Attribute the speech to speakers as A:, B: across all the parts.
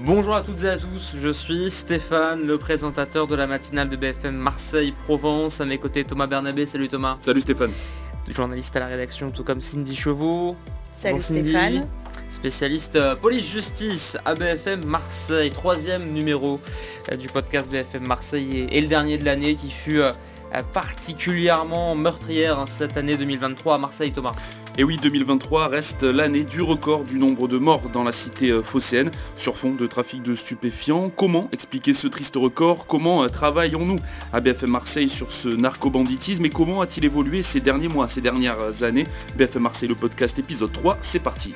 A: Bonjour à toutes et à tous, je suis Stéphane, le présentateur de la matinale de BFM Marseille-Provence. À mes côtés Thomas Bernabé, salut Thomas.
B: Salut Stéphane.
A: Journaliste à la rédaction, tout comme Cindy Chevaux.
C: Salut
A: Cindy,
C: Stéphane.
A: spécialiste police-justice à BFM Marseille, 3e numéro du podcast BFM Marseille et le dernier de l'année qui fut particulièrement meurtrière cette année 2023 à Marseille, Thomas.
B: Et oui, 2023 reste l'année du record du nombre de morts dans la cité phocéenne sur fond de trafic de stupéfiants. Comment expliquer ce triste record? Comment travaillons-nous à BFM Marseille sur ce narco-banditisme et comment a-t-il évolué ces derniers mois, ces dernières années? BFM Marseille, le podcast épisode 3, c'est parti.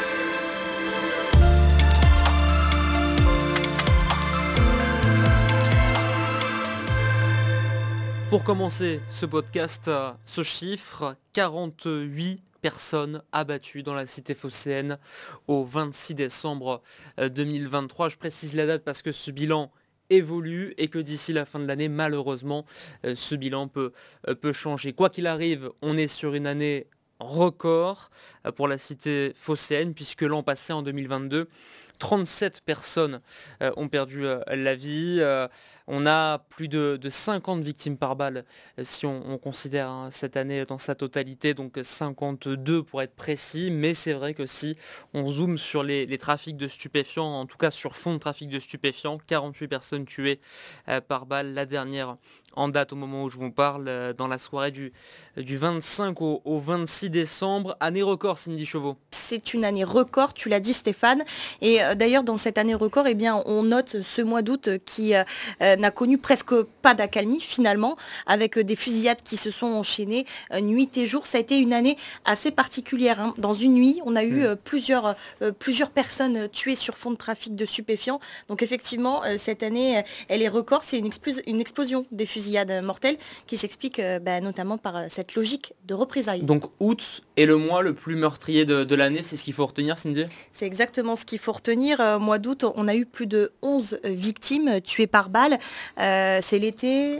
A: Pour commencer ce podcast, ce chiffre, 48 personnes abattues dans la cité phocéenne au 26 décembre 2023. Je précise la date parce que ce bilan évolue et que d'ici la fin de l'année, malheureusement, ce bilan peut changer. Quoi qu'il arrive, on est sur une année record pour la cité phocéenne puisque l'an passé, en 2022, 37 personnes ont perdu la vie. On a plus de 50 victimes par balle si on considère cette année dans sa totalité, donc 52 pour être précis. Mais c'est vrai que si on zoome sur les trafics de stupéfiants, en tout cas sur fond de trafic de stupéfiants, 48 personnes tuées par balle. La dernière en date au moment où je vous parle, dans la soirée du 25 au 26 décembre. Année record, Cindy Chevaux.
C: C'est une année record, tu l'as dit Stéphane. Et d'ailleurs, dans cette année record, eh bien, on note ce mois d'août qui n'a connu presque pas d'accalmie finalement, avec des fusillades qui se sont enchaînées nuit et jour. Ça a été une année assez particulière, hein. Dans une nuit, on a eu plusieurs personnes tuées sur fond de trafic de stupéfiants. Donc effectivement, cette année, elle est record. C'est une explosion des fusillades mortelles qui s'explique notamment par cette logique de représailles.
A: Donc août est le mois le plus meurtrier de l'année. C'est ce qu'il faut retenir, Cindy?
C: C'est exactement ce qu'il faut retenir. Mois d'août, on a eu plus de 11 victimes tuées par balle. C'est l'été,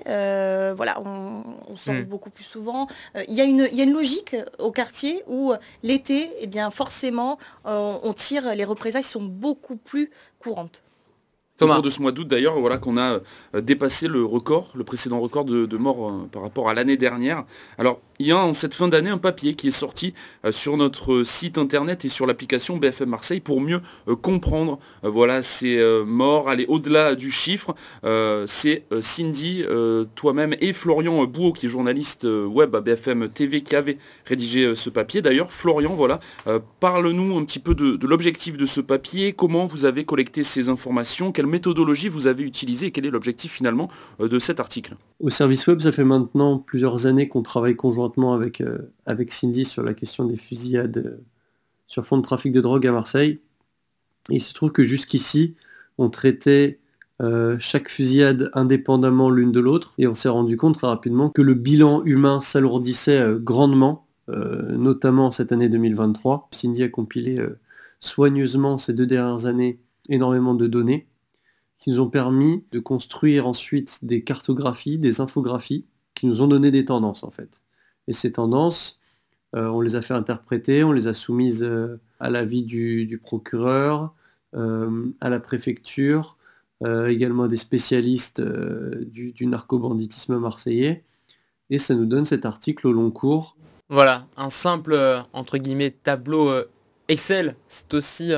C: on sort beaucoup plus souvent. Il y a une logique au quartier où l'été, eh bien forcément, on tire, les représailles sont beaucoup plus courantes.
B: Au cours de ce mois d'août d'ailleurs, voilà qu'on a dépassé le précédent record de morts par rapport à l'année dernière. Alors il y a en cette fin d'année un papier qui est sorti sur notre site internet et sur l'application BFM Marseille pour mieux comprendre ces morts, aller au-delà du chiffre. C'est Cindy, toi-même et Florian Bouot qui est journaliste web à BFM TV qui avait rédigé ce papier. D'ailleurs Florian, parle-nous un petit peu de l'objectif de ce papier, comment vous avez collecté ces informations, quelle méthodologie vous avez utilisée et quel est l'objectif finalement de cet article?
D: Au service web, ça fait maintenant plusieurs années qu'on travaille conjointement avec Cindy sur la question des fusillades sur fond de trafic de drogue à Marseille. Et il se trouve que jusqu'ici, on traitait chaque fusillade indépendamment l'une de l'autre et on s'est rendu compte très rapidement que le bilan humain s'alourdissait grandement, notamment cette année 2023. Cindy a compilé soigneusement ces 2 dernières années énormément de données qui nous ont permis de construire ensuite des cartographies, des infographies, qui nous ont donné des tendances en fait. Et ces tendances, on les a fait interpréter, on les a soumises à l'avis du procureur, à la préfecture, également à des spécialistes du narco-banditisme marseillais. Et ça nous donne cet article au long cours.
A: Voilà, un simple, entre guillemets, tableau Excel. C'est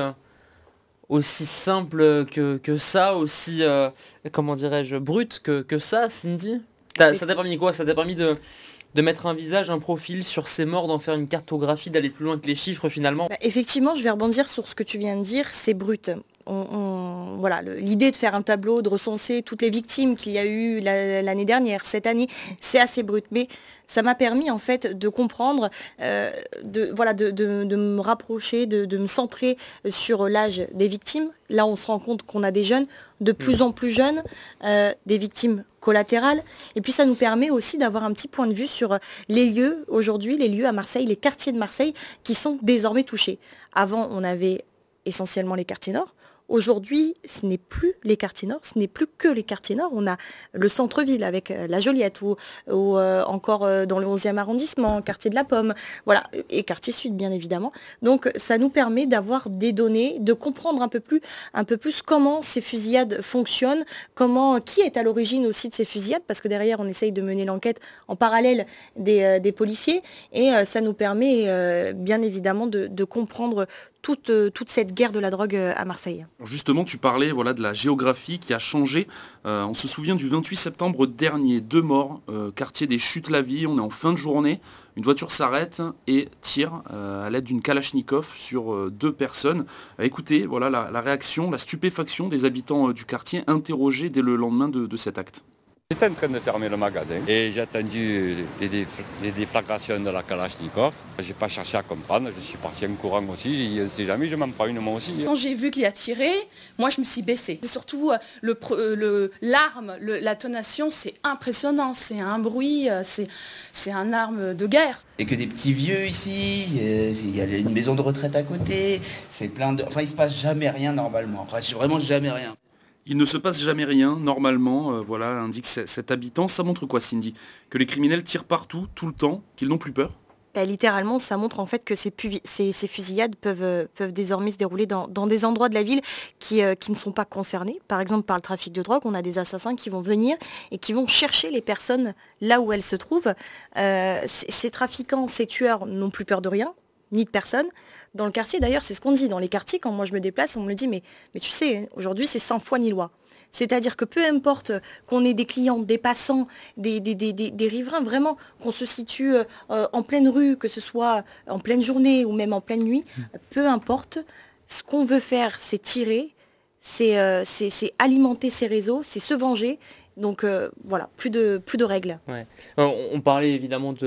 A: aussi simple que ça, aussi, brut que ça, Cindy. Ça t'a permis quoi? Ça t'a permis de mettre un visage, un profil sur ces morts, d'en faire une cartographie, d'aller plus loin que les chiffres finalement?
C: Effectivement, je vais rebondir sur ce que tu viens de dire, c'est brut. L'idée de faire un tableau, de recenser toutes les victimes qu'il y a eu l'année dernière, cette année, c'est assez brut. Mais ça m'a permis en fait de comprendre, de me rapprocher, de me centrer sur l'âge des victimes. Là, on se rend compte qu'on a des jeunes de plus en plus jeunes, des victimes collatérales. Et puis ça nous permet aussi d'avoir un petit point de vue sur les lieux aujourd'hui, les lieux à Marseille, les quartiers de Marseille qui sont désormais touchés. Avant, on avait essentiellement les quartiers nord. Aujourd'hui, ce n'est plus les quartiers nord, ce n'est plus que les quartiers nord. On a le centre-ville avec la Joliette ou encore dans le 11e arrondissement, quartier de la Pomme, voilà, et quartier sud bien évidemment. Donc ça nous permet d'avoir des données, de comprendre un peu plus comment ces fusillades fonctionnent, qui est à l'origine aussi de ces fusillades, parce que derrière on essaye de mener l'enquête en parallèle des policiers, et ça nous permet bien évidemment de comprendre toute cette guerre de la drogue à Marseille.
B: Justement, tu parlais de la géographie qui a changé. On se souvient du 28 septembre dernier, 2 morts, quartier des Chutes-la-Vie, on est en fin de journée. Une voiture s'arrête et tire à l'aide d'une Kalachnikov sur 2 personnes. Écoutez, la réaction, la stupéfaction des habitants du quartier interrogés dès le lendemain de cet acte.
E: J'étais en train de fermer le magasin et j'ai attendu les déflagrations de la Kalachnikov. J'ai pas cherché à comprendre, je suis parti en courant aussi, j'ai dit on sait jamais, je m'en prends une moi aussi.
F: Quand j'ai vu qu'il a tiré, moi je me suis baissée. C'est surtout l'arme, la tonation, c'est impressionnant, c'est un bruit, c'est un arme de guerre.
G: Et que des petits vieux ici, il y a une maison de retraite à côté, c'est plein de... Enfin il se passe jamais rien normalement, après vraiment jamais rien.
B: Il ne se passe jamais rien, normalement, indique cet habitant. Ça montre quoi, Cindy? Que les criminels tirent partout, tout le temps, qu'ils n'ont plus peur?
C: Littéralement, ça montre en fait que ces fusillades peuvent désormais se dérouler dans des endroits de la ville qui ne sont pas concernés. Par exemple, par le trafic de drogue, on a des assassins qui vont venir et qui vont chercher les personnes là où elles se trouvent. Ces trafiquants, ces tueurs n'ont plus peur de rien, ni de personne. Dans le quartier, d'ailleurs, c'est ce qu'on dit. Dans les quartiers, quand moi je me déplace, on me le dit, mais tu sais, aujourd'hui, c'est sans foi ni loi. C'est-à-dire que peu importe qu'on ait des clients, des passants, des riverains, vraiment, qu'on se situe en pleine rue, que ce soit en pleine journée ou même en pleine nuit, peu importe, ce qu'on veut faire, c'est tirer, c'est alimenter ces réseaux, c'est se venger. Donc plus de règles.
A: Ouais. On parlait évidemment de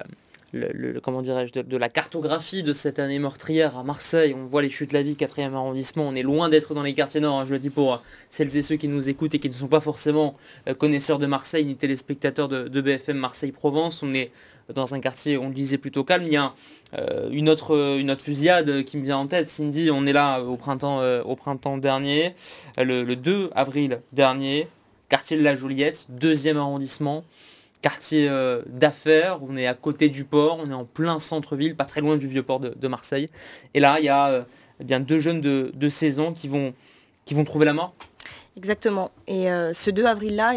A: comment dirais-je, de la cartographie de cette année meurtrière à Marseille. On voit les Chutes-la-Vie, 4e arrondissement, on est loin d'être dans les quartiers nord, je le dis pour celles et ceux qui nous écoutent et qui ne sont pas forcément connaisseurs de Marseille ni téléspectateurs de BFM Marseille-Provence. On est dans un quartier, on le disait, plutôt calme. Il y a une autre fusillade qui me vient en tête, Cindy. On est là au printemps dernier, le 2 avril dernier, quartier de la Joliette, 2e arrondissement. Quartier d'affaires, on est à côté du port, on est en plein centre-ville, pas très loin du vieux port de Marseille. Et là, il y a 2 jeunes de 16 ans qui vont trouver la mort.
C: Exactement. Et ce 2 avril-là,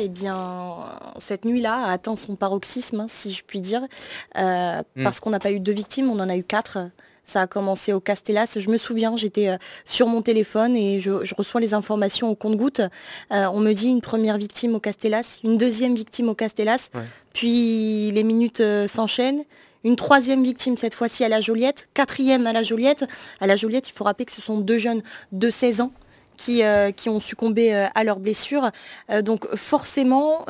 C: cette nuit-là a atteint son paroxysme, si je puis dire, parce qu'on n'a pas eu 2 victimes, on en a eu 4. Ça a commencé au Castellas. Je me souviens, j'étais sur mon téléphone et je reçois les informations au compte-gouttes. On me dit une première victime au Castellas, une deuxième victime au Castellas, puis les minutes s'enchaînent. Une 3e victime cette fois-ci à la Joliette, 4e à la Joliette. À la Joliette, il faut rappeler que ce sont 2 jeunes de 16 ans qui ont succombé à leurs blessures. Donc forcément,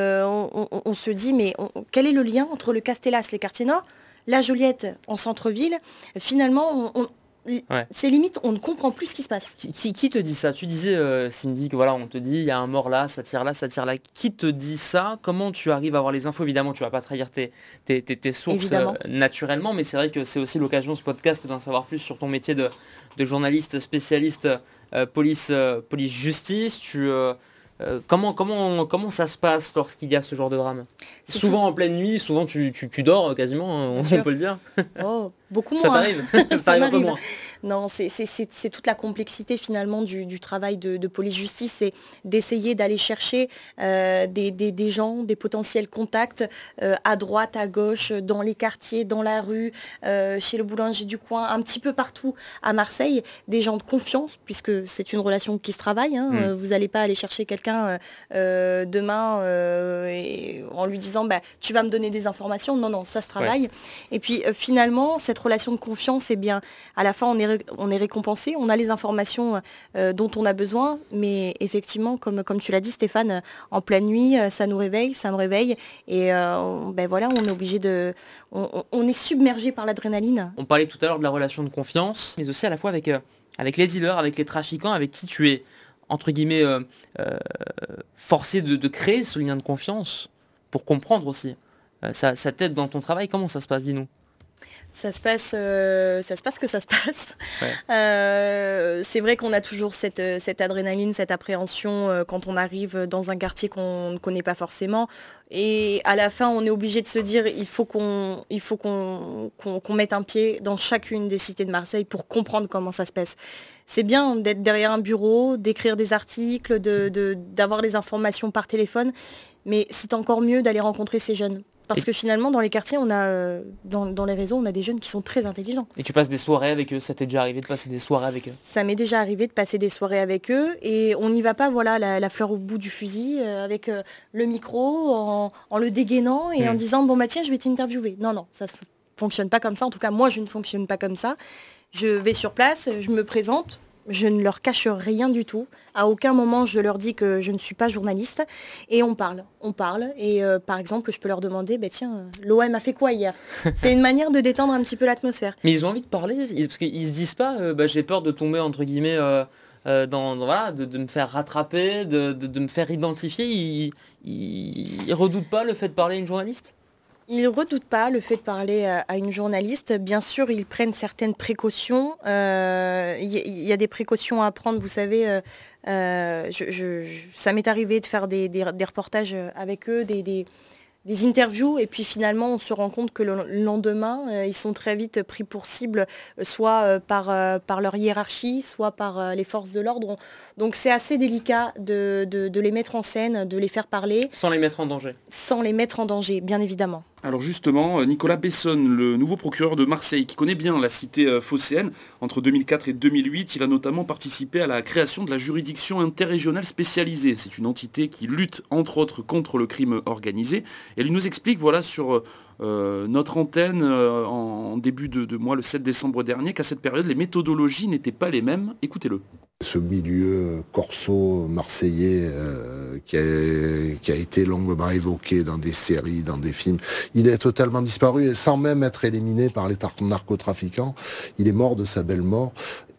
C: on se dit, mais quel est le lien entre le Castellas, les quartiers nord, la Joliette en centre-ville? Finalement, c'est limite, on ne comprend plus ce qui se passe.
A: Qui te dit ça? Tu disais, Cindy, que on te dit, il y a un mort là, ça tire là, ça tire là. Qui te dit ça? Comment tu arrives à avoir les infos? Évidemment, tu vas pas trahir tes sources naturellement, mais c'est vrai que c'est aussi l'occasion, ce podcast, d'en savoir plus sur ton métier de journaliste spécialiste police-justice. Comment ça se passe lorsqu'il y a ce genre de drame? Souvent en pleine nuit, souvent tu dors quasiment, on peut le dire.
C: Oh, beaucoup moins.
A: Ça t'arrive? Ça t'arrive un peu moins.
C: Non, c'est toute la complexité finalement du travail de police-justice, c'est d'essayer d'aller chercher des gens, des potentiels contacts à droite, à gauche, dans les quartiers, dans la rue, chez le boulanger du coin, un petit peu partout à Marseille, des gens de confiance, puisque c'est une relation qui se travaille. Vous n'allez pas aller chercher quelqu'un demain en lui disant tu vas me donner des informations. Non, ça se travaille. Ouais. Et puis finalement, cette relation de confiance, à la fin, on est récompensé, on a les informations dont on a besoin, mais effectivement, comme tu l'as dit, Stéphane, en pleine nuit, ça nous réveille, ça me réveille, et on est obligé on est submergé par l'adrénaline.
A: On parlait tout à l'heure de la relation de confiance, mais aussi à la fois avec les dealers, avec les trafiquants, avec qui tu es, entre guillemets, forcé de créer ce lien de confiance, pour comprendre aussi. Ça t'aide dans ton travail, comment ça se passe, dis-nous?
C: Ça se passe que ça se passe.
A: Ouais.
C: C'est vrai qu'on a toujours cette adrénaline, cette appréhension quand on arrive dans un quartier qu'on ne connaît pas forcément. Et à la fin, on est obligé de se dire il faut qu'on mette un pied dans chacune des cités de Marseille pour comprendre comment ça se passe. C'est bien d'être derrière un bureau, d'écrire des articles, d'avoir les informations par téléphone, mais c'est encore mieux d'aller rencontrer ces jeunes. Parce que finalement, dans les quartiers, on a, dans les réseaux, on a des jeunes qui sont très intelligents.
A: Et tu passes des soirées avec eux, ça t'est déjà arrivé de passer des soirées avec eux?
C: Ça m'est déjà arrivé de passer des soirées avec eux et on n'y va pas, voilà, la fleur au bout du fusil, avec le micro, en le dégainant et en disant, bon bah tiens, je vais t'interviewer. Non, ça ne fonctionne pas comme ça. En tout cas, moi, je ne fonctionne pas comme ça. Je vais sur place, je me présente. Je ne leur cache rien du tout. À aucun moment, je leur dis que je ne suis pas journaliste. Et on parle. Et par exemple, je peux leur demander, tiens, l'OM a fait quoi hier? C'est une manière de détendre un petit peu l'atmosphère.
A: Mais ils ont envie de parler, parce qu'ils se disent pas, j'ai peur de tomber, entre guillemets, de me faire rattraper, de me faire identifier. Ils redoutent pas le fait de parler à une journaliste?
C: Ils ne redoutent pas le fait de parler à une journaliste. Bien sûr, ils prennent certaines précautions. Il y a des précautions à prendre, vous savez. Ça m'est arrivé de faire des reportages avec eux, des interviews, et puis finalement, on se rend compte que le lendemain, ils sont très vite pris pour cible, soit par leur hiérarchie, soit par les forces de l'ordre. Donc c'est assez délicat de les mettre en scène, de les faire parler.
A: Sans les mettre en danger.
C: Sans les mettre en danger, bien évidemment.
B: Alors justement, Nicolas Bessonne, le nouveau procureur de Marseille, qui connaît bien la cité phocéenne, entre 2004 et 2008, il a notamment participé à la création de la juridiction interrégionale spécialisée. C'est une entité qui lutte entre autres contre le crime organisé. Et il nous explique, voilà, sur notre antenne en début de mois, le 7 décembre dernier, qu'à cette période, les méthodologies n'étaient pas les mêmes. Écoutez-le.
H: Ce milieu corso marseillais qui a été longuement évoqué dans des séries, dans des films, il est totalement disparu et sans même être éliminé par les narcotrafiquants, il est mort de sa belle mort.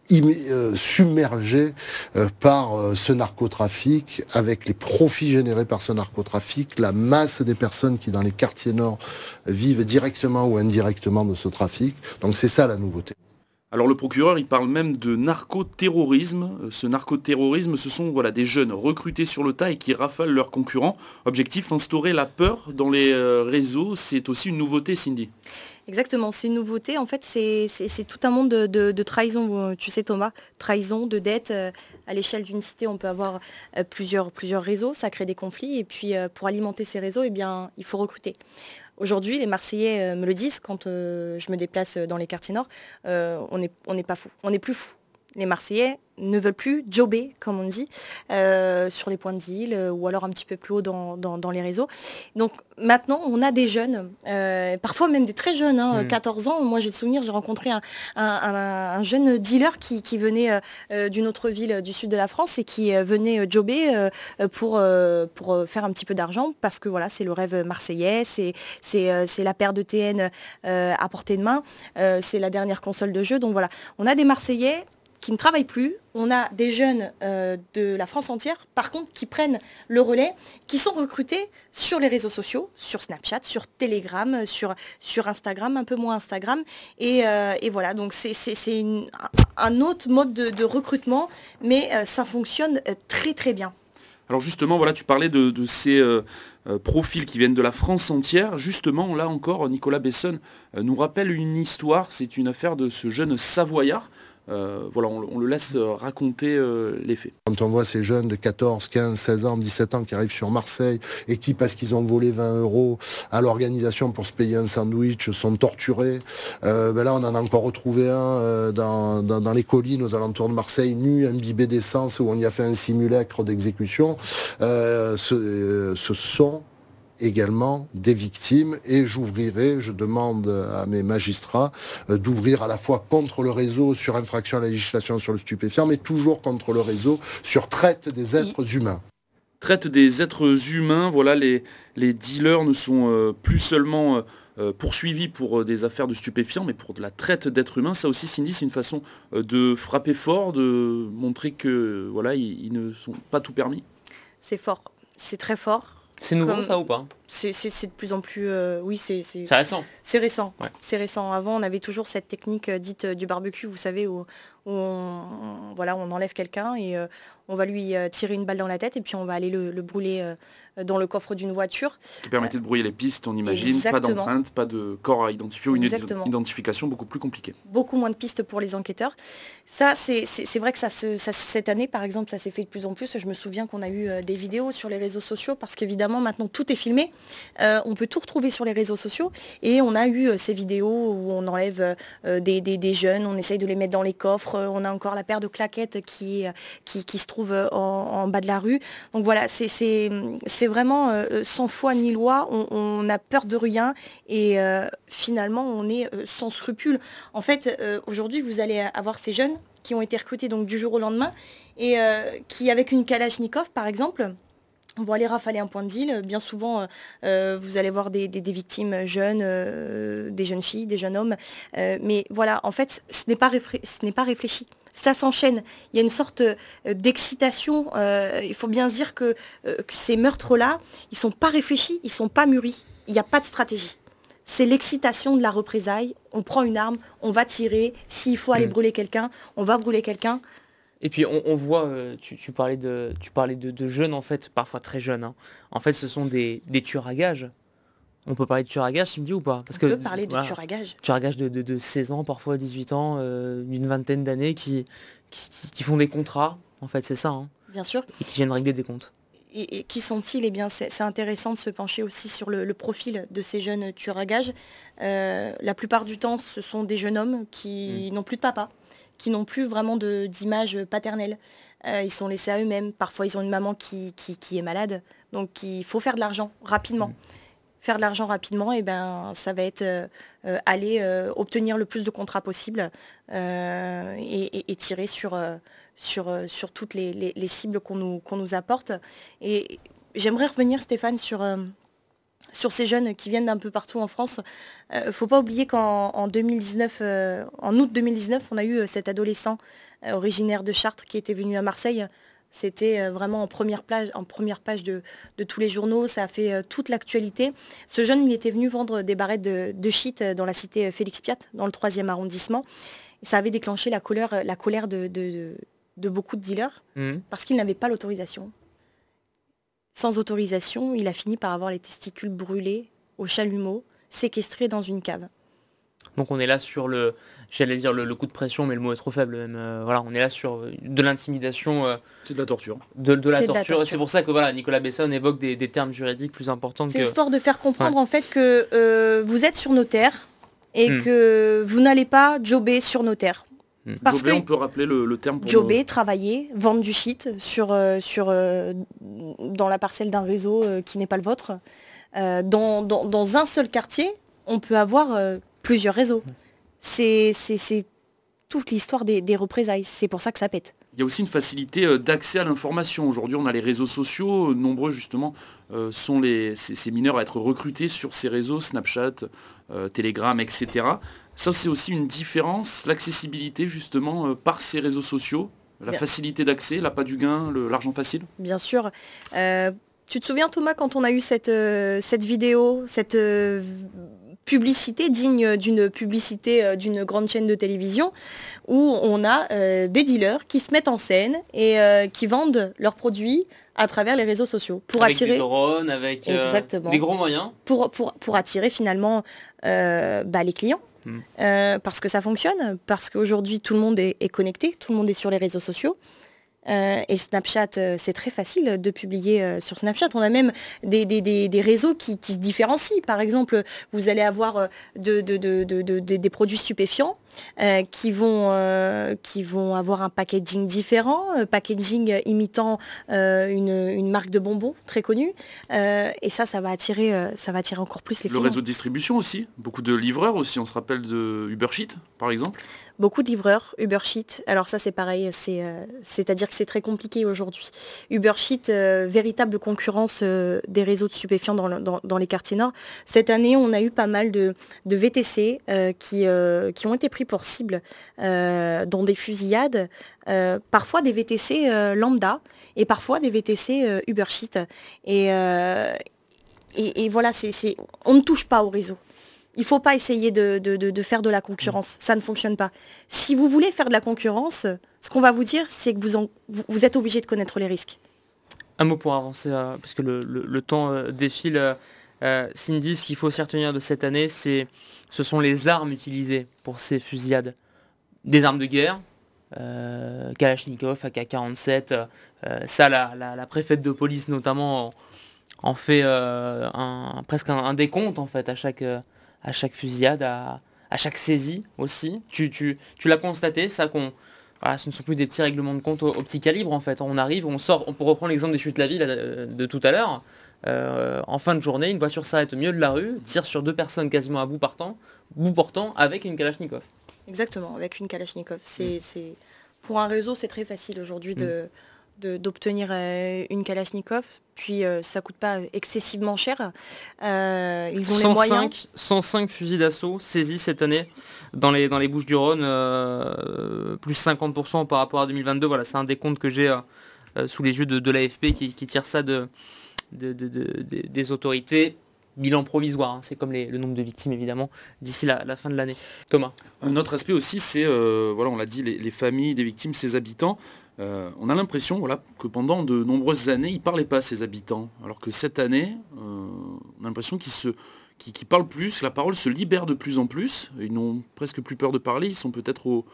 H: Submergé par ce narcotrafic, avec les profits générés par ce narcotrafic, la masse des personnes qui dans les quartiers nord vivent directement ou indirectement de ce trafic. Donc c'est ça la nouveauté.
B: Alors le procureur, il parle même de narcoterrorisme. Ce narcoterrorisme, ce sont des jeunes recrutés sur le tas et qui rafalent leurs concurrents. Objectif, instaurer la peur dans les réseaux. C'est aussi une nouveauté, Cindy.
C: Exactement, c'est une nouveauté. En fait, c'est tout un monde de trahison. Tu sais, Thomas, trahison, de dette. À l'échelle d'une cité, on peut avoir plusieurs réseaux. Ça crée des conflits. Et puis, pour alimenter ces réseaux, il faut recruter. Aujourd'hui, les Marseillais me le disent quand je me déplace dans les quartiers nord, on n'est pas fous, on n'est plus fous. Les Marseillais ne veulent plus jobber, comme on dit, sur les points de deal ou alors un petit peu plus haut dans les réseaux. Donc maintenant, on a des jeunes, parfois même des très jeunes, 14 ans. Moi, j'ai le souvenir, j'ai rencontré un jeune dealer qui venait d'une autre ville du sud de la France et qui venait jobber pour faire un petit peu d'argent parce que voilà, c'est le rêve marseillais, c'est la paire de TN à portée de main, c'est la dernière console de jeu. Donc voilà, on a des Marseillais qui ne travaillent plus. On a des jeunes de la France entière, par contre, qui prennent le relais, qui sont recrutés sur les réseaux sociaux, sur Snapchat, sur Telegram, sur Instagram, un peu moins Instagram. Et voilà, donc c'est un autre mode de recrutement, mais ça fonctionne très très bien.
B: Alors justement, tu parlais de ces profils qui viennent de la France entière. Justement, là encore, Nicolas Bessonne nous rappelle une histoire. C'est une affaire de ce jeune Savoyard. On le laisse raconter les faits.
H: Quand on voit ces jeunes de 14, 15, 16 ans, 17 ans qui arrivent sur Marseille et qui, parce qu'ils ont volé 20 € à l'organisation pour se payer un sandwich, sont torturés. Là, on en a encore retrouvé un dans les collines aux alentours de Marseille, nu, imbibé d'essence, où on y a fait un simulacre d'exécution. Ce sont également des victimes et je demande à mes magistrats d'ouvrir à la fois contre le réseau sur infraction à la législation sur le stupéfiant, mais toujours contre le réseau sur traite des êtres humains.
B: Traite des êtres humains, les dealers ne sont plus seulement poursuivis pour des affaires de stupéfiants, mais pour de la traite d'êtres humains. Ça aussi, Cindy, c'est une façon de frapper fort, de montrer que ils ne sont pas tout permis.
C: C'est fort, c'est très fort.
A: C'est nouveau ça ou pas?
C: C'est de plus en plus... oui, c'est
A: récent.
C: C'est récent.
A: Ouais.
C: C'est récent. Avant, on avait toujours cette technique dite du barbecue, vous savez, où on enlève quelqu'un et on va lui tirer une balle dans la tête et puis on va aller le brûler dans le coffre d'une voiture.
B: Qui permettait de brouiller les pistes, on imagine.
C: Exactement.
B: Pas d'empreinte, pas de corps à identifier ou une
C: Exactement.
B: identification beaucoup plus compliquée.
C: Beaucoup moins de pistes pour les enquêteurs. Ça, c'est vrai que cette année, par exemple, ça s'est fait de plus en plus. Je me souviens qu'on a eu des vidéos sur les réseaux sociaux parce qu'évidemment, maintenant, tout est filmé. On peut tout retrouver sur les réseaux sociaux. Et on a eu ces vidéos où on enlève des jeunes, on essaye de les mettre dans les coffres. On a encore la paire de claquettes qui se trouve en bas de la rue. Donc voilà, c'est vraiment sans foi ni loi. On a peur de rien. Et finalement, on est sans scrupules. En fait, aujourd'hui, vous allez avoir ces jeunes qui ont été recrutés donc, du jour au lendemain et qui, avec une Kalachnikov, par exemple, vont aller rafaler un point de deal. Bien souvent, vous allez voir des victimes jeunes, des jeunes filles, des jeunes hommes. Mais voilà, en fait, ce n'est pas réfléchi. Ça s'enchaîne. Il y a une sorte d'excitation. Il faut bien se dire que ces meurtres-là, ils ne sont pas réfléchis, ils ne sont pas mûris. Il n'y a pas de stratégie. C'est l'excitation de la représailles. On prend une arme, on va tirer. S'il faut aller brûler quelqu'un, on va brûler quelqu'un.
A: Et puis on voit, tu parlais de jeunes en fait, parfois très jeunes. Hein. En fait, ce sont des tueurs à gages. On peut parler de tueurs à gages, Cindy, ou pas?
C: On peut parler de tueurs à gages.
A: Tueurs à gages de 16 ans, parfois 18 ans, d'une vingtaine d'années, qui font des contrats, en fait, c'est ça. Hein.
C: Bien sûr.
A: Et qui viennent régler des comptes.
C: Et qui sont-ils? Eh bien, c'est intéressant de se pencher aussi sur le profil de ces jeunes tueurs à gages. La plupart du temps, ce sont des jeunes hommes qui n'ont plus de papa, qui n'ont plus vraiment d'image paternelle. Ils sont laissés à eux-mêmes. Parfois, ils ont une maman qui est malade. Donc, il faut faire de l'argent rapidement. Faire de l'argent rapidement, et ben, ça va être aller obtenir le plus de contrats possible et tirer sur toutes les cibles qu'on nous apporte. Et j'aimerais revenir, Stéphane, sur ces jeunes qui viennent d'un peu partout en France. Il ne faut pas oublier qu'en août 2019, on a eu cet adolescent originaire de Chartres qui était venu à Marseille. C'était vraiment en première page de tous les journaux. Ça a fait toute l'actualité. Ce jeune, il était venu vendre des barrettes de shit dans la cité Félix Piat, dans le 3e arrondissement. Et ça avait déclenché la colère de beaucoup de dealers parce qu'ils n'avaient pas l'autorisation. Sans autorisation, il a fini par avoir les testicules brûlés au chalumeau, séquestrés dans une cave.
A: Donc on est là sur le coup de pression, mais le mot est trop faible même. On est là sur de l'intimidation.
B: C'est de la torture.
A: De la torture. Et c'est pour ça que Nicolas Besson évoque des termes juridiques plus importants.
C: C'est histoire de faire comprendre en fait que vous êtes sur nos terres et que vous n'allez pas jobber sur nos terres.
B: Parce jobber, on peut rappeler le terme pour
C: jobber, travailler, vendre du shit dans la parcelle d'un réseau qui n'est pas le vôtre. Dans un seul quartier, on peut avoir plusieurs réseaux. C'est toute l'histoire des représailles. C'est pour ça que ça pète.
B: Il y a aussi une facilité d'accès à l'information. Aujourd'hui, on a les réseaux sociaux. Nombreux, justement, sont ces mineurs à être recrutés sur ces réseaux, Snapchat, Telegram, etc. Ça, c'est aussi une différence, l'accessibilité, justement, par ces réseaux sociaux, la facilité d'accès, l'appât du gain, l'argent facile.
C: Bien sûr. Tu te souviens, Thomas, quand on a eu cette vidéo, cette publicité digne d'une publicité d'une grande chaîne de télévision, où on a des dealers qui se mettent en scène et qui vendent leurs produits à travers les réseaux sociaux pour attirer
A: des drones, avec des gros moyens
C: pour attirer finalement les clients. Parce que ça fonctionne, parce qu'aujourd'hui tout le monde est connecté, tout le monde est sur les réseaux sociaux. Et Snapchat, c'est très facile de publier sur Snapchat. On a même des réseaux qui se différencient. Par exemple, vous allez avoir des produits stupéfiants qui vont avoir un packaging différent, packaging imitant une marque de bonbons très connue. Et ça va attirer encore plus les clients.
B: Le réseau de distribution aussi, beaucoup de livreurs aussi. On se rappelle de Uber Sheet, par exemple.
C: Beaucoup de livreurs, Uber Sheet. Alors ça c'est pareil, c'est-à-dire que c'est très compliqué aujourd'hui. Uber Sheet, véritable concurrence des réseaux de stupéfiants dans les quartiers nord. Cette année, on a eu pas mal de VTC qui ont été pris pour cible dans des fusillades, parfois des VTC lambda et parfois des VTC Uber Sheet. Et et voilà, on ne touche pas au réseau. Il ne faut pas essayer de faire de la concurrence. Ça ne fonctionne pas. Si vous voulez faire de la concurrence, ce qu'on va vous dire, c'est que vous êtes obligé de connaître les risques.
A: Un mot pour avancer, parce que le temps défile. Cindy, ce qu'il faut aussi retenir de cette année, ce sont les armes utilisées pour ces fusillades. Des armes de guerre, Kalachnikov, AK-47, ça la préfète de police notamment en fait presque un décompte en fait à chaque fusillade, à chaque saisie aussi. Tu l'as constaté, ça voilà, ce ne sont plus des petits règlements de compte au petit calibre en fait. On arrive, on sort, on peut reprendre l'exemple des chutes de la ville de tout à l'heure. En fin de journée, une voiture s'arrête au milieu de la rue, tire sur 2 personnes quasiment à bout portant avec une Kalachnikov.
C: Exactement, avec une Kalachnikov. Pour un réseau, c'est très facile aujourd'hui d'obtenir une Kalachnikov, puis ça coûte pas excessivement cher. Ils ont les moyens.
A: 105 fusils d'assaut saisis cette année dans les Bouches-du-Rhône, plus 50% par rapport à 2022. Voilà, c'est un décompte que j'ai sous les yeux de l'AFP qui tire ça des autorités. Bilan provisoire, hein. C'est comme le nombre de victimes évidemment d'ici la fin de l'année. Thomas.
B: Un autre aspect aussi, c'est, voilà, on l'a dit, les familles des victimes, ces habitants. On a l'impression que pendant de nombreuses années, ils ne parlaient pas, ces habitants. Alors que cette année, on a l'impression qu'ils parlent plus, que la parole se libère de plus en plus. Ils n'ont presque plus peur de parler, ils sont peut-être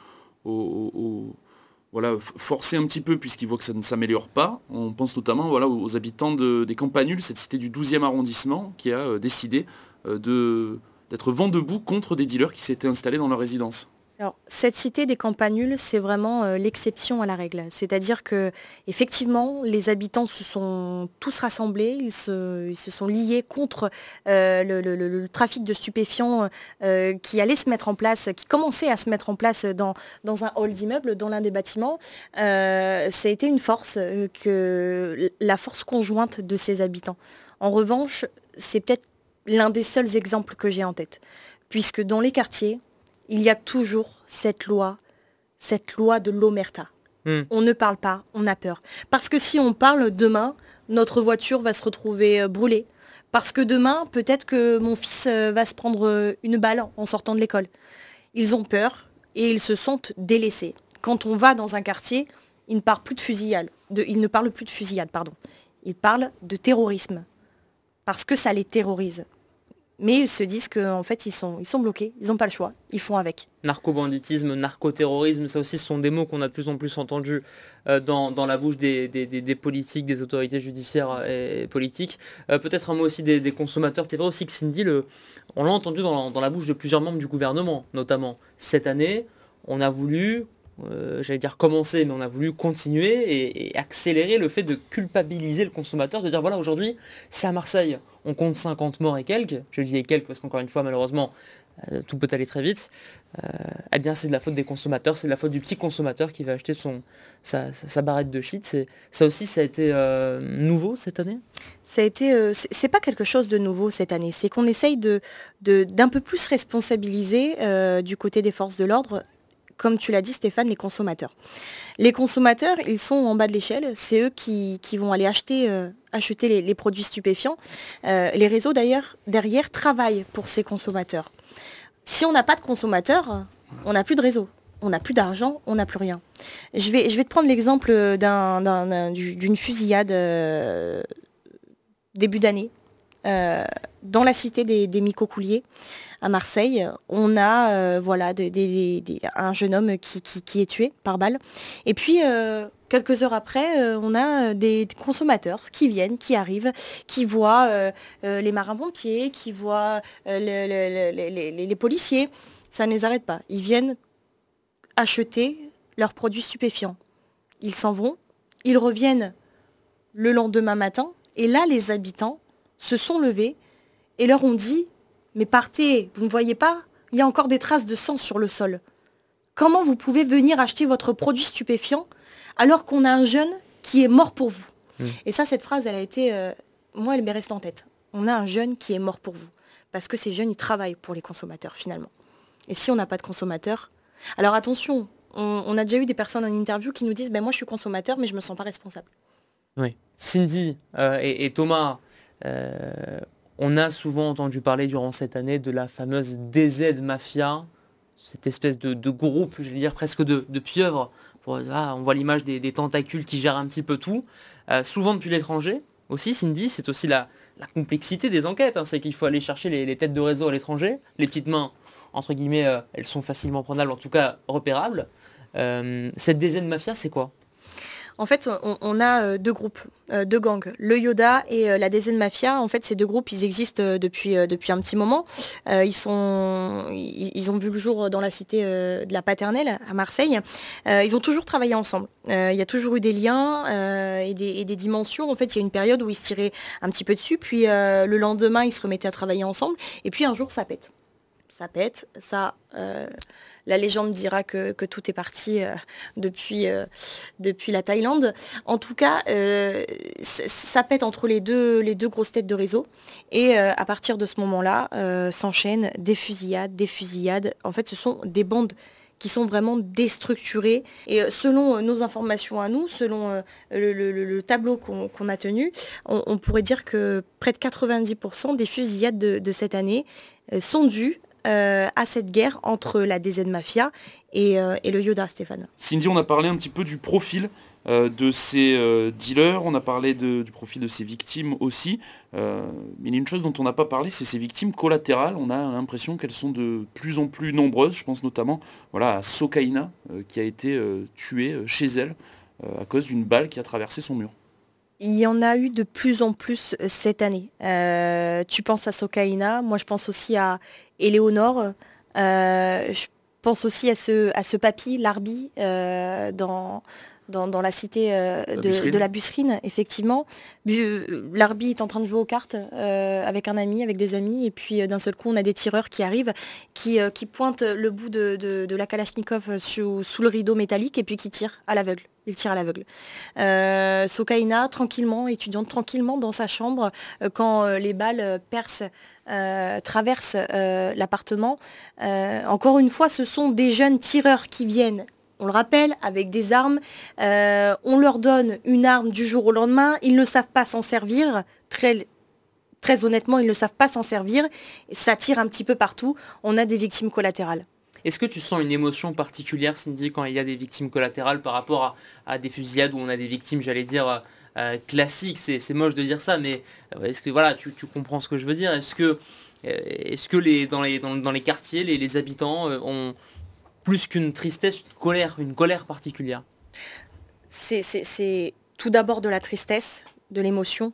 B: forcés un petit peu puisqu'ils voient que ça ne s'améliore pas. On pense notamment aux habitants des Campanules, cette cité du 12e arrondissement, qui a décidé d'être vent debout contre des dealers qui s'étaient installés dans leur résidence.
C: Alors, cette cité des Campanules, c'est vraiment l'exception à la règle. C'est-à-dire que effectivement, les habitants se sont tous rassemblés, ils se sont liés contre le trafic de stupéfiants qui allait se mettre en place, qui commençait à se mettre en place dans un hall d'immeuble, dans l'un des bâtiments. Ça a été une force, la force conjointe de ces habitants. En revanche, c'est peut-être l'un des seuls exemples que j'ai en tête, puisque dans les quartiers, il y a toujours cette loi de l'omerta. On ne parle pas, on a peur. Parce que si on parle demain, notre voiture va se retrouver brûlée. Parce que demain, peut-être que mon fils va se prendre une balle en sortant de l'école. Ils ont peur et ils se sentent délaissés. Quand on va dans un quartier, ils ne parlent plus de fusillade. Ils ne parlent plus de fusillade, pardon. Ils parlent de terrorisme. Parce que ça les terrorise. Mais ils se disent qu'en fait, ils sont bloqués, ils n'ont pas le choix, ils font avec.
A: Narco-banditisme, narco-terrorisme, ça aussi, ce sont des mots qu'on a de plus en plus entendus dans la bouche des politiques, des autorités judiciaires et politiques. Peut-être un mot aussi des consommateurs. C'est vrai aussi que Cindy, on l'a entendu dans la bouche de plusieurs membres du gouvernement, notamment. Cette année, on a voulu, commencer, mais on a voulu continuer et accélérer le fait de culpabiliser le consommateur, de dire voilà, aujourd'hui, si à Marseille, on compte 50 morts et quelques, je dis et quelques parce qu'encore une fois, malheureusement, tout peut aller très vite, eh bien c'est de la faute des consommateurs, c'est de la faute du petit consommateur qui va acheter sa barrette de shit. Ça aussi, ça a été nouveau cette année ?
C: Ça a été, c'est pas quelque chose de nouveau cette année, c'est qu'on essaye d'un peu plus responsabiliser du côté des forces de l'ordre, comme tu l'as dit Stéphane, les consommateurs. Les consommateurs, ils sont en bas de l'échelle, c'est eux qui vont aller acheter les produits stupéfiants. Les réseaux d'ailleurs, derrière, travaillent pour ces consommateurs. Si on n'a pas de consommateurs, on n'a plus de réseau, on n'a plus d'argent, on n'a plus rien. Je vais te prendre l'exemple d'une fusillade début d'année, dans la cité des Micocouliers, à Marseille. On a un jeune homme qui est tué par balle. Et puis, quelques heures après, on a des consommateurs qui viennent, qui arrivent, qui voient les marins-pompiers, qui voient les policiers. Ça ne les arrête pas. Ils viennent acheter leurs produits stupéfiants. Ils s'en vont, ils reviennent le lendemain matin, et là, les habitants se sont levés et leur ont dit « Mais partez, vous ne voyez pas, il y a encore des traces de sang sur le sol. Comment vous pouvez venir acheter votre produit stupéfiant alors qu'on a un jeune qui est mort pour vous ?» Et ça, cette phrase, elle a été... moi, elle m'est restée en tête. On a un jeune qui est mort pour vous. Parce que ces jeunes, ils travaillent pour les consommateurs, finalement. Et si on n'a pas de consommateurs... Alors attention, on a déjà eu des personnes en interview qui nous disent « Moi, je suis consommateur, mais je ne me sens pas responsable. »
A: Oui. Cindy et Thomas... On a souvent entendu parler durant cette année de la fameuse DZ Mafia, cette espèce de groupe, je vais dire presque de pieuvres. On voit l'image des tentacules qui gèrent un petit peu tout, souvent depuis l'étranger. Aussi, Cindy, c'est aussi la complexité des enquêtes, hein. C'est qu'il faut aller chercher les têtes de réseau à l'étranger. Les petites mains, entre guillemets, elles sont facilement prenables, en tout cas repérables. Cette DZ Mafia, c'est quoi ?
C: En fait, on a deux groupes, deux gangs, le Yoda et la DZ Mafia. En fait, ces deux groupes, ils existent depuis un petit moment. Ils ont vu le jour dans la cité de la Paternelle, à Marseille. Ils ont toujours travaillé ensemble. Il y a toujours eu des liens et des dimensions. En fait, il y a une période où ils se tiraient un petit peu dessus, puis le lendemain, ils se remettaient à travailler ensemble. Et puis un jour, ça pète. La légende dira que tout est parti depuis la Thaïlande. En tout cas, ça pète entre les deux grosses têtes de réseau. Et à partir de ce moment-là, s'enchaînent des fusillades. En fait, ce sont des bandes qui sont vraiment déstructurées. Et selon nos informations à nous, selon le tableau qu'on a tenu, on pourrait dire que près de 90% des fusillades de cette année sont dues à cette guerre entre la DZ Mafia et le Yoda, Stéphane.
B: Cindy, on a parlé un petit peu du profil de ces dealers, on a parlé du profil de ces victimes aussi, mais il y a une chose dont on n'a pas parlé, c'est ces victimes collatérales. On a l'impression qu'elles sont de plus en plus nombreuses. Je pense notamment à Sokaina qui a été tuée chez elle à cause d'une balle qui a traversé son mur.
C: Il y en a eu de plus en plus cette année. Tu penses à Sokaina, moi je pense aussi à Éléonore, je pense aussi à ce papy, Larbi, dans la cité de la Busserine, effectivement. Larbi est en train de jouer aux cartes avec des amis, et puis d'un seul coup, on a des tireurs qui arrivent, qui pointent le bout de la Kalachnikov sous le rideau métallique, et puis qui tirent à l'aveugle. Il tire à l'aveugle. Sokaina, étudiante tranquillement dans sa chambre, quand les balles traversent l'appartement. Encore une fois, ce sont des jeunes tireurs qui viennent, on le rappelle, avec des armes. On leur donne une arme du jour au lendemain. Ils ne savent pas s'en servir. Très honnêtement, ils ne savent pas s'en servir. Ça tire un petit peu partout. On a des victimes collatérales.
A: Est-ce que tu sens une émotion particulière, Cindy, quand il y a des victimes collatérales par rapport à des fusillades où on a des victimes, j'allais dire, classiques? C'est moche de dire ça, mais est-ce que tu comprends ce que je veux dire? Est-ce que dans les quartiers, les habitants ont plus qu'une tristesse, une colère particulière?
C: C'est tout d'abord de la tristesse, de l'émotion.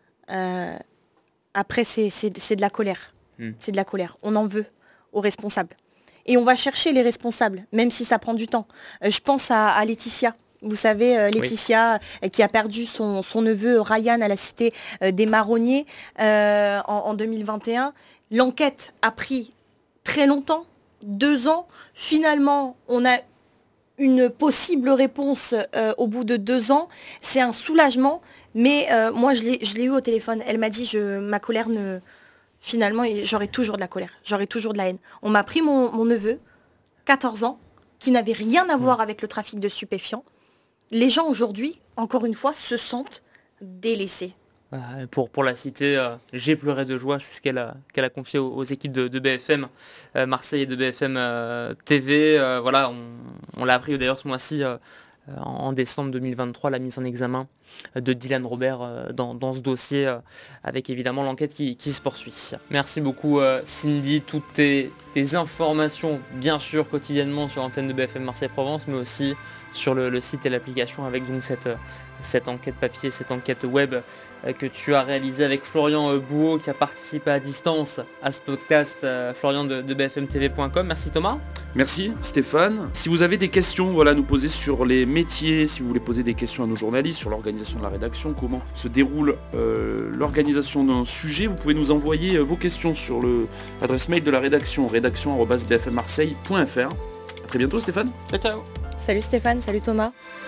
C: Après, c'est de la colère. C'est de la colère. On en veut aux responsables. Et on va chercher les responsables, même si ça prend du temps. Je pense à Laetitia. Vous savez, Laetitia, qui a perdu son neveu Ryan à la cité des Marronniers en 2021. L'enquête a pris très longtemps, 2 ans. Finalement, on a une possible réponse au bout de 2 ans. C'est un soulagement, mais moi, je l'ai eu au téléphone. Elle m'a dit, ma colère ne... Finalement, j'aurai toujours de la colère, j'aurai toujours de la haine. On m'a pris mon neveu, 14 ans, qui n'avait rien à voir avec le trafic de stupéfiants. Les gens aujourd'hui, encore une fois, se sentent délaissés.
A: Pour la cité, j'ai pleuré de joie, c'est ce qu'elle a confié aux équipes de BFM Marseille et de BFM TV. On l'a appris d'ailleurs ce mois-ci, en décembre 2023, la mise en examen de Dylan Robert dans ce dossier, avec évidemment l'enquête qui se poursuit. Merci beaucoup Cindy, toutes tes informations bien sûr quotidiennement sur l'antenne de BFM Marseille Provence, mais aussi sur le site et l'application, avec donc cette enquête papier, cette enquête web que tu as réalisée avec Florian Bouot, qui a participé à distance à ce podcast, Florian de bfmtv.com. Merci Thomas.
B: Merci Stéphane. Si vous avez des questions à nous poser sur les métiers, si vous voulez poser des questions à nos journalistes sur l'organisation de la rédaction, comment se déroule l'organisation d'un sujet, vous pouvez nous envoyer vos questions sur l'adresse mail de la rédaction@bfmmarseille.fr. A très bientôt Stéphane.
A: Ciao.
C: Salut Stéphane, salut Thomas.